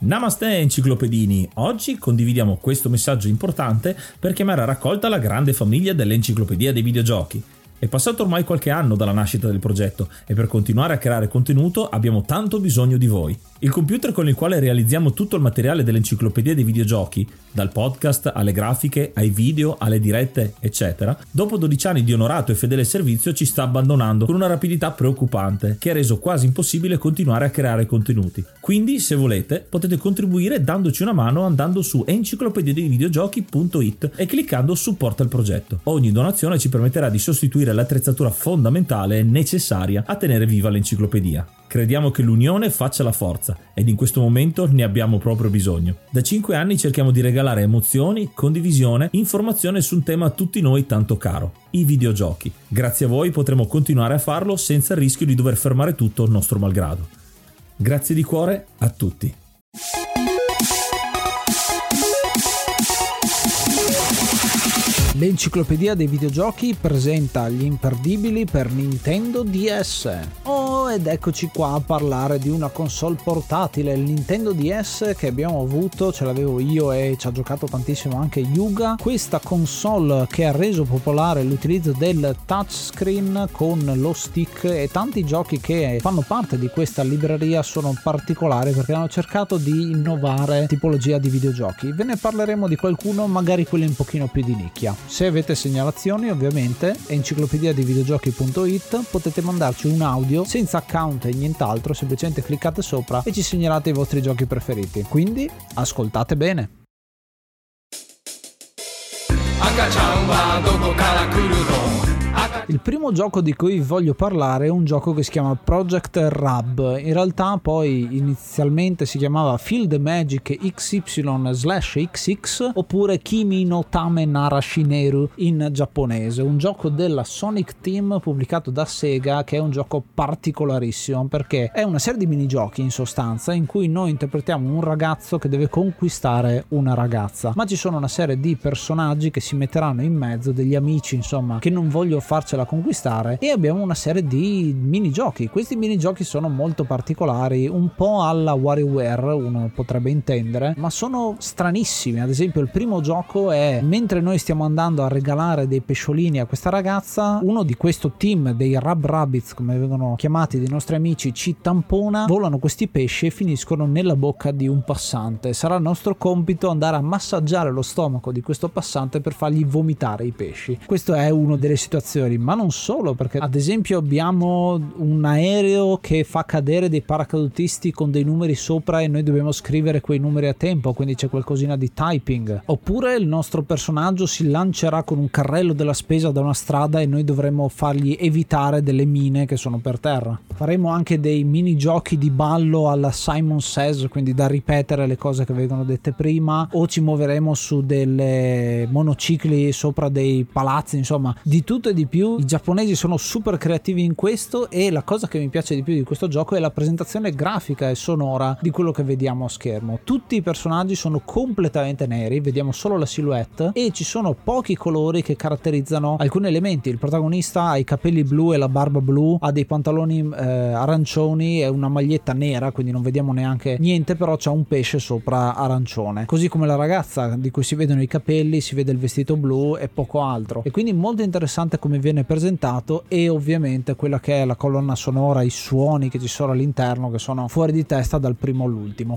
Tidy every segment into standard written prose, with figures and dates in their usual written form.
Namaste enciclopedini, oggi condividiamo questo messaggio importante per chiamare a raccolta la grande famiglia dell'Enciclopedia dei Videogiochi. È passato ormai qualche anno dalla nascita del progetto e per continuare a creare contenuto abbiamo tanto bisogno di voi. Il computer con il quale realizziamo tutto il materiale dell'Enciclopedia dei Videogiochi, dal podcast alle grafiche, ai video, alle dirette, eccetera, dopo 12 anni di onorato e fedele servizio ci sta abbandonando con una rapidità preoccupante che ha reso quasi impossibile continuare a creare contenuti. Quindi, se volete, potete contribuire dandoci una mano andando su enciclopediadeivideogiochi.it e cliccando supporta il progetto. Ogni donazione ci permetterà di sostituire l'attrezzatura fondamentale e necessaria a tenere viva l'enciclopedia. Crediamo che l'unione faccia la forza ed in questo momento ne abbiamo proprio bisogno. Da 5 anni cerchiamo di regalare emozioni, condivisione, informazione su un tema a tutti noi tanto caro, i videogiochi. Grazie a voi potremo continuare a farlo senza il rischio di dover fermare tutto nostro malgrado. Grazie di cuore a tutti. L'Enciclopedia dei Videogiochi presenta gli imperdibili per Nintendo DS. Ed eccoci qua a parlare di una console portatile, il Nintendo DS che abbiamo avuto, ce l'avevo io e ci ha giocato tantissimo anche Yuga. Questa console che ha reso popolare l'utilizzo del touchscreen con lo stick, e tanti giochi che fanno parte di questa libreria sono particolari perché hanno cercato di innovare tipologia di videogiochi. Ve ne parleremo di qualcuno, magari quelli un pochino più di nicchia. Se avete segnalazioni, ovviamente enciclopediadeivideogiochi.it, potete mandarci un audio senza account e nient'altro, semplicemente cliccate sopra e ci segnalate i vostri giochi preferiti. Quindi ascoltate bene. Il primo gioco di cui vi voglio parlare è un gioco che si chiama Project Rab. In realtà poi inizialmente si chiamava Feel the Magic XY/XX oppure Kimi no Tame Narashineru in giapponese, un gioco della Sonic Team pubblicato da Sega, che è un gioco particolarissimo perché è una serie di minigiochi in sostanza in cui noi interpretiamo un ragazzo che deve conquistare una ragazza, ma ci sono una serie di personaggi che si metteranno in mezzo, degli amici insomma che non voglio farcela conquistare, e abbiamo una serie di minigiochi. Questi minigiochi sono molto particolari, un po' alla WarioWare uno potrebbe intendere, ma sono stranissimi. Ad esempio il primo gioco è: mentre noi stiamo andando a regalare dei pesciolini a questa ragazza, uno di questo team dei Rab Rabbits, come vengono chiamati, dei nostri amici, ci tampona, volano questi pesci e finiscono nella bocca di un passante. Sarà il nostro compito andare a massaggiare lo stomaco di questo passante per fargli vomitare i pesci. Questo è una delle situazioni, ma non solo, perché ad esempio abbiamo un aereo che fa cadere dei paracadutisti con dei numeri sopra e noi dobbiamo scrivere quei numeri a tempo, quindi c'è qualcosina di typing. Oppure il nostro personaggio si lancerà con un carrello della spesa da una strada e noi dovremo fargli evitare delle mine che sono per terra. Faremo anche dei minigiochi di ballo alla Simon Says, quindi da ripetere le cose che vengono dette prima, o ci muoveremo su delle monocicli sopra dei palazzi, insomma di tutto e di più. I giapponesi sono super creativi in questo, e la cosa che mi piace di più di questo gioco è la presentazione grafica e sonora di quello che vediamo a schermo. Tutti i personaggi sono completamente neri, vediamo solo la silhouette e ci sono pochi colori che caratterizzano alcuni elementi. Il protagonista ha i capelli blu e la barba blu, ha dei pantaloni arancioni e una maglietta nera, quindi non vediamo neanche niente, però c'ha un pesce sopra arancione, così come la ragazza di cui si vedono i capelli, si vede il vestito blu e poco altro. E quindi molto interessante come viene presentato, e ovviamente quella che è la colonna sonora, i suoni che ci sono all'interno, che sono fuori di testa dal primo all'ultimo.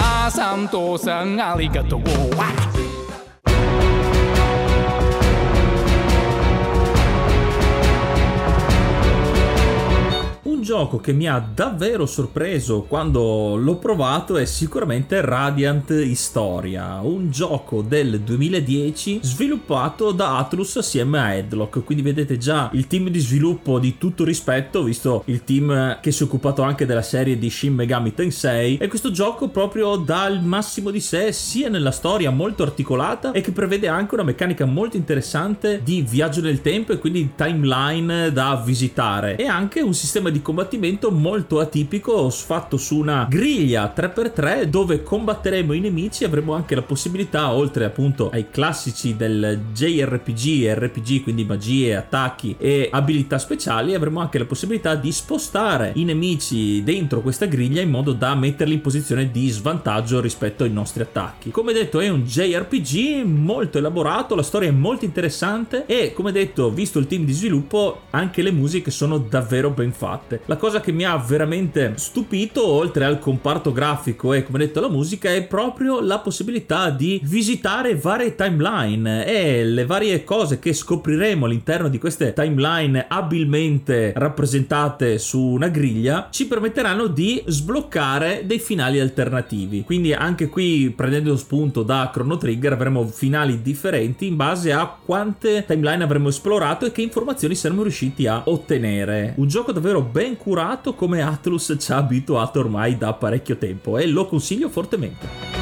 Un gioco che mi ha davvero sorpreso quando l'ho provato è sicuramente Radiant Historia, un gioco del 2010 sviluppato da Atlus assieme a Headlock, quindi vedete già il team di sviluppo di tutto rispetto, visto il team che si è occupato anche della serie di Shin Megami Tensei, e questo gioco proprio dà il massimo di sé sia nella storia molto articolata e che prevede anche una meccanica molto interessante di viaggio nel tempo e quindi timeline da visitare, e anche un sistema di combattimento combattimento molto atipico fatto su una griglia 3x3 dove combatteremo i nemici. Avremo anche la possibilità, oltre appunto ai classici del JRPG e RPG, quindi magie, attacchi e abilità speciali, avremo anche la possibilità di spostare i nemici dentro questa griglia in modo da metterli in posizione di svantaggio rispetto ai nostri attacchi. Come detto, è un JRPG molto elaborato, la storia è molto interessante e, come detto, visto il team di sviluppo, anche le musiche sono davvero ben fatte. La cosa che mi ha veramente stupito, oltre al comparto grafico e, come detto, la musica, è proprio la possibilità di visitare varie timeline e le varie cose che scopriremo all'interno di queste timeline abilmente rappresentate su una griglia ci permetteranno di sbloccare dei finali alternativi. Quindi anche qui, prendendo spunto da Chrono Trigger, avremo finali differenti in base a quante timeline avremo esplorato e che informazioni saremo riusciti a ottenere. Un gioco davvero ben curato, come Atlus ci ha abituato ormai da parecchio tempo, e lo consiglio fortemente.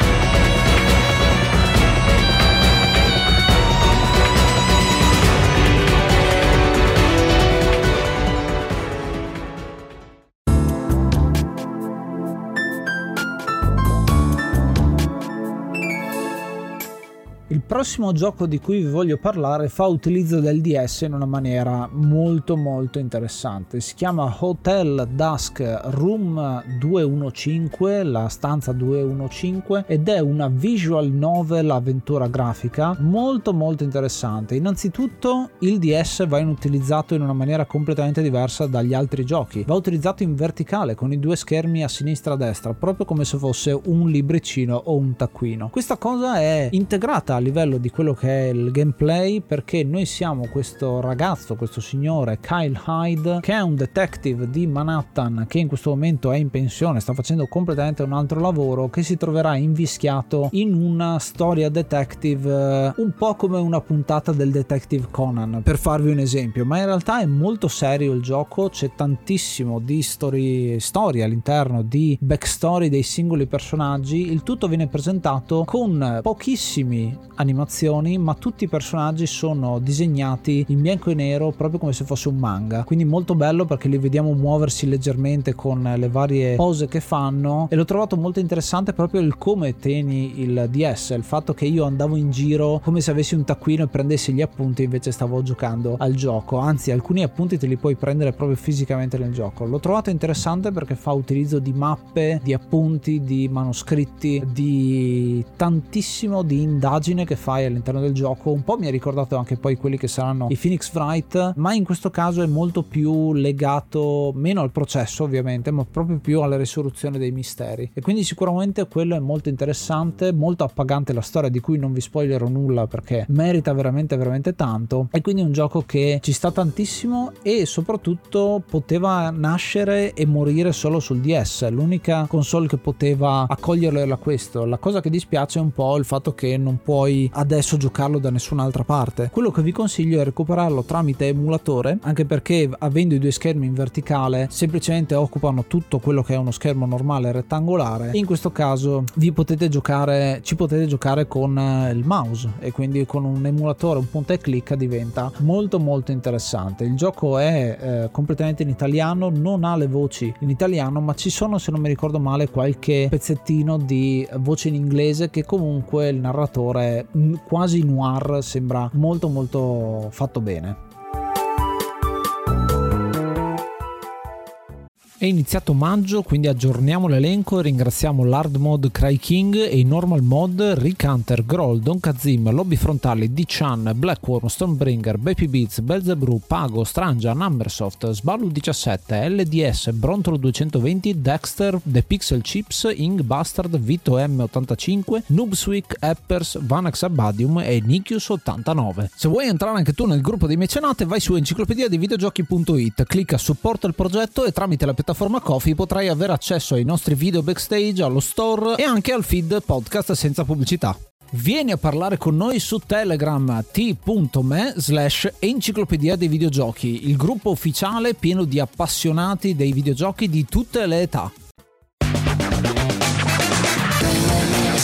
Il prossimo gioco di cui vi voglio parlare fa utilizzo del DS in una maniera molto interessante. Si chiama Hotel Dusk Room 215, la stanza 215, ed è una visual novel avventura grafica molto interessante. Innanzitutto il DS va utilizzato in una maniera completamente diversa dagli altri giochi. Va utilizzato in verticale con i due schermi a sinistra e a destra, proprio come se fosse un libricino o un taccuino. Questa cosa è integrata a livello di quello che è il gameplay, perché noi siamo questo ragazzo, questo signore Kyle Hyde, che è un detective di Manhattan che in questo momento è in pensione, sta facendo completamente un altro lavoro, che si troverà invischiato in una storia detective un po' come una puntata del Detective Conan, per farvi un esempio. Ma in realtà è molto serio il gioco, c'è tantissimo di storia all'interno, di backstory dei singoli personaggi. Il tutto viene presentato con pochissimi animazioni, ma tutti i personaggi sono disegnati in bianco e nero, proprio come se fosse un manga, quindi molto bello perché li vediamo muoversi leggermente con le varie pose che fanno. E l'ho trovato molto interessante proprio il come tieni il DS, il fatto che io andavo in giro come se avessi un taccuino e prendessi gli appunti, invece stavo giocando al gioco. Anzi, alcuni appunti te li puoi prendere proprio fisicamente nel gioco. L'ho trovato interessante perché fa utilizzo di mappe, di appunti, di manoscritti, di tantissimo di indagine che fai all'interno del gioco. Un po' mi ha ricordato anche poi quelli che saranno i Phoenix Wright, ma in questo caso è molto più legato meno al processo ovviamente, ma proprio più alla risoluzione dei misteri, e quindi sicuramente quello è molto interessante, molto appagante la storia, di cui non vi spoilerò nulla perché merita veramente tanto. E quindi è un gioco che ci sta tantissimo e soprattutto poteva nascere e morire solo sul DS, l'unica console che poteva accoglierlo era questo. La cosa che dispiace è un po' il fatto che non puoi adesso giocarlo da nessun'altra parte. Quello che vi consiglio è recuperarlo tramite emulatore, anche perché avendo i due schermi in verticale semplicemente occupano tutto quello che è uno schermo normale rettangolare, e in questo caso ci potete giocare con il mouse, e quindi con un emulatore, un punta e clicca, diventa molto interessante. Il gioco è completamente in italiano, non ha le voci in italiano, ma ci sono, se non mi ricordo male, qualche pezzettino di voce in inglese, che comunque il narratore quasi noir, sembra molto fatto bene. È iniziato maggio, quindi aggiorniamo l'elenco e ringraziamo l'hard mod Cry King e i normal mod Rick Hunter, Groll, Don Kazim, Lobby Frontali, D-Chan, Blackworm, Stormbringer, Baby Beats, Belzebrew, Pago, Strangia, Numbersoft, Sballu 17, LDS, Brontolo 220, Dexter, The Pixel Chips, Ing Bastard, Vito M85, Noobswick, Eppers, Vanax Abadium e Nikius 89. Se vuoi entrare anche tu nel gruppo dei mecenate, vai su enciclopedia di videogiochi.it, clicca supporta il progetto e tramite la piattaforma Ko-fi potrai avere accesso ai nostri video backstage, allo store e anche al feed podcast senza pubblicità. Vieni a parlare con noi su Telegram, t.me/enciclopedia dei videogiochi, il gruppo ufficiale pieno di appassionati dei videogiochi di tutte le età.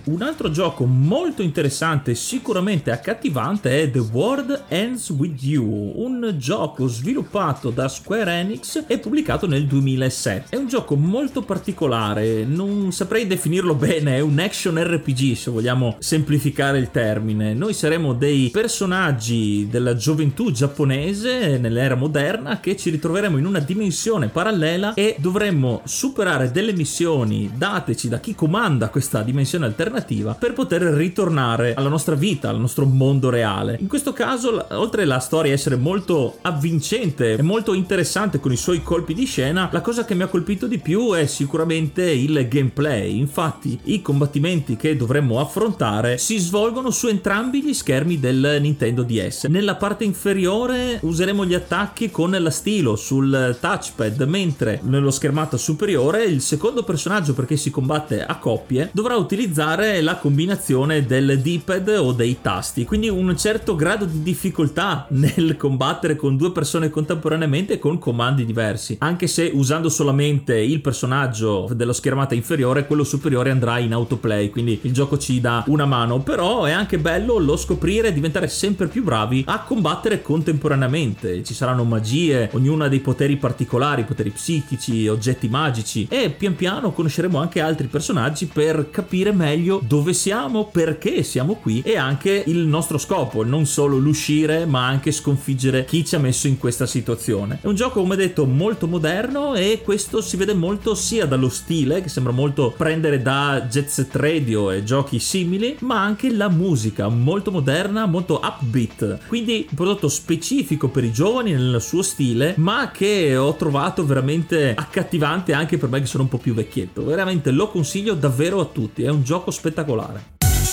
Un altro gioco molto interessante e sicuramente accattivante è The World Ends With You, un gioco sviluppato da Square Enix e pubblicato nel 2007. È un gioco molto particolare, non saprei definirlo bene, è un action RPG se vogliamo semplificare il termine. Noi saremo dei personaggi della gioventù giapponese nell'era moderna che ci ritroveremo in una dimensione parallela e dovremmo superare delle missioni dateci da chi comanda questa dimensione alternativa per poter ritornare alla nostra vita, al nostro mondo reale. In questo caso, oltre alla storia essere molto avvincente e molto interessante con i suoi colpi di scena, la cosa che mi ha colpito di più è sicuramente il gameplay. Infatti i combattimenti che dovremmo affrontare si svolgono su entrambi gli schermi del Nintendo DS. Nella parte inferiore useremo gli attacchi con la stilo sul touchpad, mentre nello schermato superiore il secondo personaggio, perché si combatte a coppie, dovrà utilizzare la combinazione del D-pad o dei tasti, quindi un certo grado di difficoltà nel combattere con due persone contemporaneamente con comandi diversi, anche se usando solamente il personaggio dello schermata inferiore, quello superiore andrà in autoplay, quindi il gioco ci dà una mano. Però è anche bello lo scoprire e diventare sempre più bravi a combattere contemporaneamente. Ci saranno magie, ognuna dei poteri particolari, poteri psichici, oggetti magici, e pian piano conosceremo anche altri personaggi per capire meglio dove siamo, perché siamo qui e anche il nostro scopo, non solo l'uscire ma anche sconfiggere chi ci ha messo in questa situazione. È un gioco, come detto, molto moderno e questo si vede molto sia dallo stile, che sembra molto prendere da Jet Set Radio e giochi simili, ma anche la musica molto moderna, molto upbeat, quindi un prodotto specifico per i giovani nel suo stile, ma che ho trovato veramente accattivante anche per me che sono un po' più vecchietto. Veramente lo consiglio davvero a tutti, è un gioco spettacolare.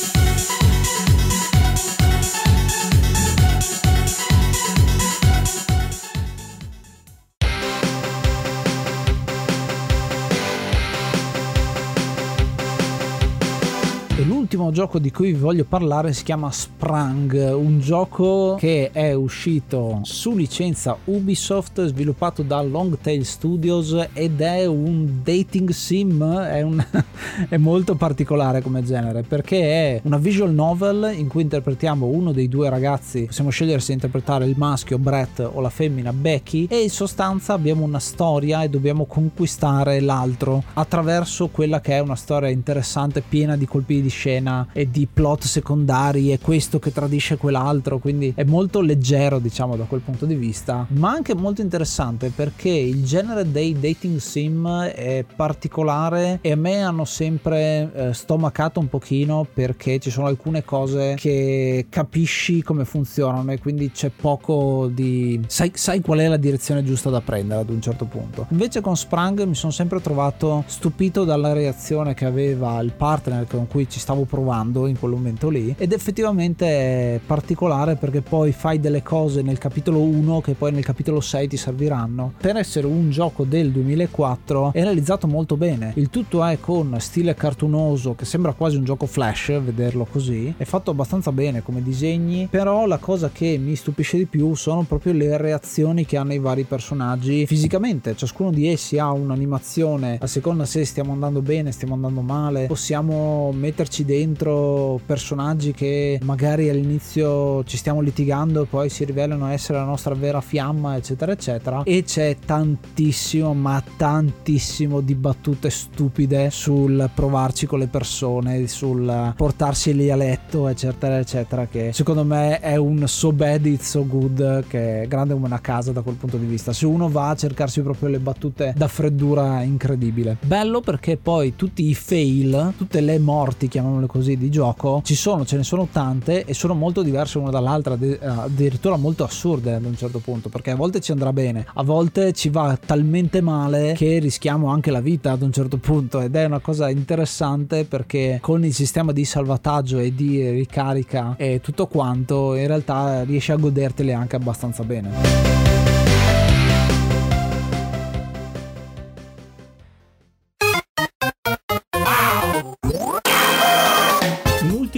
L'ultimo gioco di cui vi voglio parlare si chiama Sprang, un gioco che è uscito su licenza Ubisoft, sviluppato da Longtail Studios ed è un dating sim. È molto particolare come genere, perché è una visual novel in cui interpretiamo uno dei due ragazzi, possiamo scegliere se interpretare il maschio Brett o la femmina Becky, e in sostanza abbiamo una storia e dobbiamo conquistare l'altro attraverso quella che è una storia interessante, piena di colpi di scena e di plot secondari, e questo che tradisce quell'altro, quindi è molto leggero, diciamo, da quel punto di vista, ma anche molto interessante perché il genere dei dating sim è particolare e a me hanno sempre stomacato un pochino, perché ci sono alcune cose che capisci come funzionano e quindi c'è poco di sai qual è la direzione giusta da prendere ad un certo punto. Invece con Sprang mi sono sempre trovato stupito dalla reazione che aveva il partner con cui ci stavo provando in quel momento lì, ed effettivamente è particolare perché poi fai delle cose nel capitolo 1 che poi nel capitolo 6 ti serviranno. Per essere un gioco del 2004 è realizzato molto bene, il tutto è con stile cartunoso che sembra quasi un gioco flash vederlo così, è fatto abbastanza bene come disegni, però la cosa che mi stupisce di più sono proprio le reazioni che hanno i vari personaggi fisicamente. Ciascuno di essi ha un'animazione a seconda se stiamo andando bene, stiamo andando male, possiamo metterci dentro personaggi che magari all'inizio ci stiamo litigando e poi si rivelano essere la nostra vera fiamma, eccetera eccetera, e c'è tantissimo, ma tantissimo di battute stupide sul provarci con le persone, sul portarsi lì a letto, eccetera eccetera, che secondo me è un so bad it's so good che è grande come una casa da quel punto di vista, se uno va a cercarsi proprio le battute da freddura incredibile. Bello perché poi tutti i fail, tutte le morti, chiamiamole così, di gioco ce ne sono tante e sono molto diverse una dall'altra, addirittura molto assurde ad un certo punto, perché a volte ci andrà bene, a volte ci va talmente male che rischiamo anche la vita ad un certo punto, ed è una cosa interessante perché con il sistema di salvataggio e di ricarica e tutto quanto in realtà riesci a godertele anche abbastanza bene.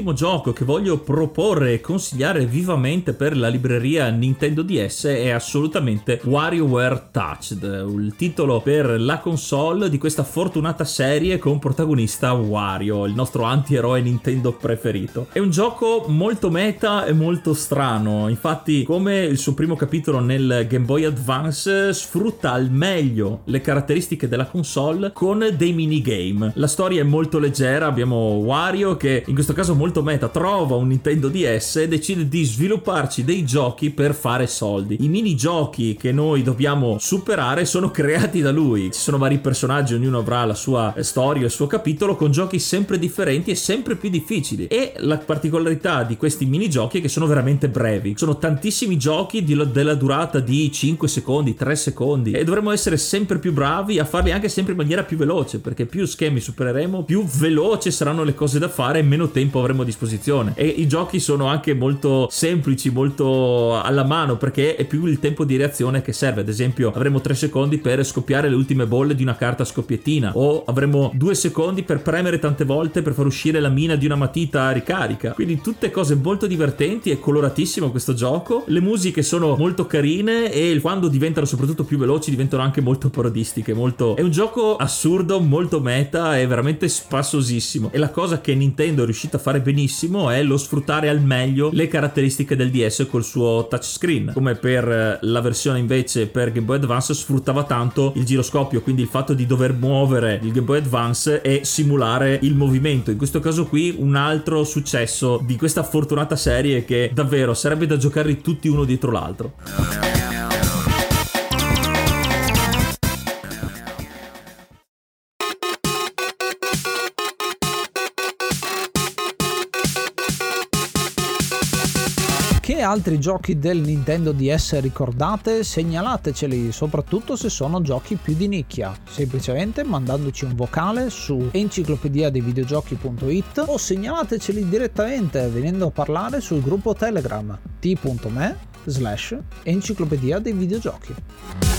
l'ultimo gioco che voglio proporre e consigliare vivamente per la libreria Nintendo DS è assolutamente WarioWare Touched, il titolo per la console di questa fortunata serie con protagonista Wario, il nostro antieroe Nintendo preferito. È un gioco molto meta e molto strano, infatti come il suo primo capitolo nel Game Boy Advance sfrutta al meglio le caratteristiche della console con dei minigame. La storia è molto leggera, abbiamo Wario che in questo caso molto meta trova un Nintendo DS e decide di svilupparci dei giochi per fare soldi. I minigiochi che noi dobbiamo superare sono creati da lui, ci sono vari personaggi, ognuno avrà la sua storia, il suo capitolo, con giochi sempre differenti e sempre più difficili. E la particolarità di questi minigiochi è che sono veramente brevi, sono tantissimi giochi della durata di 5 secondi, 3 secondi, e dovremo essere sempre più bravi a farli anche sempre in maniera più veloce, perché più schemi supereremo, più veloce saranno le cose da fare e meno tempo avremo a disposizione. E i giochi sono anche molto semplici, molto alla mano, perché è più il tempo di reazione che serve. Ad esempio avremo 3 secondi per scoppiare le ultime bolle di una carta scoppiettina, o avremo 2 secondi per premere tante volte per far uscire la mina di una matita ricarica. Quindi tutte cose molto divertenti, è coloratissimo questo gioco, le musiche sono molto carine e quando diventano soprattutto più veloci diventano anche molto parodistiche. È un gioco assurdo, molto meta e veramente spassosissimo. E la cosa che Nintendo è riuscita a fare benissimo è lo sfruttare al meglio le caratteristiche del DS col suo touchscreen. Come per la versione invece per Game Boy Advance sfruttava tanto il giroscopio, quindi il fatto di dover muovere il Game Boy Advance e simulare il movimento. In questo caso qui un altro successo di questa fortunata serie che davvero sarebbe da giocarli tutti uno dietro l'altro. Che altri giochi del Nintendo DS ricordate? Segnalateceli, soprattutto se sono giochi più di nicchia, semplicemente mandandoci un vocale su enciclopediadeivideogiochi.it o segnalateceli direttamente venendo a parlare sul gruppo Telegram t.me/enciclopedia dei videogiochi.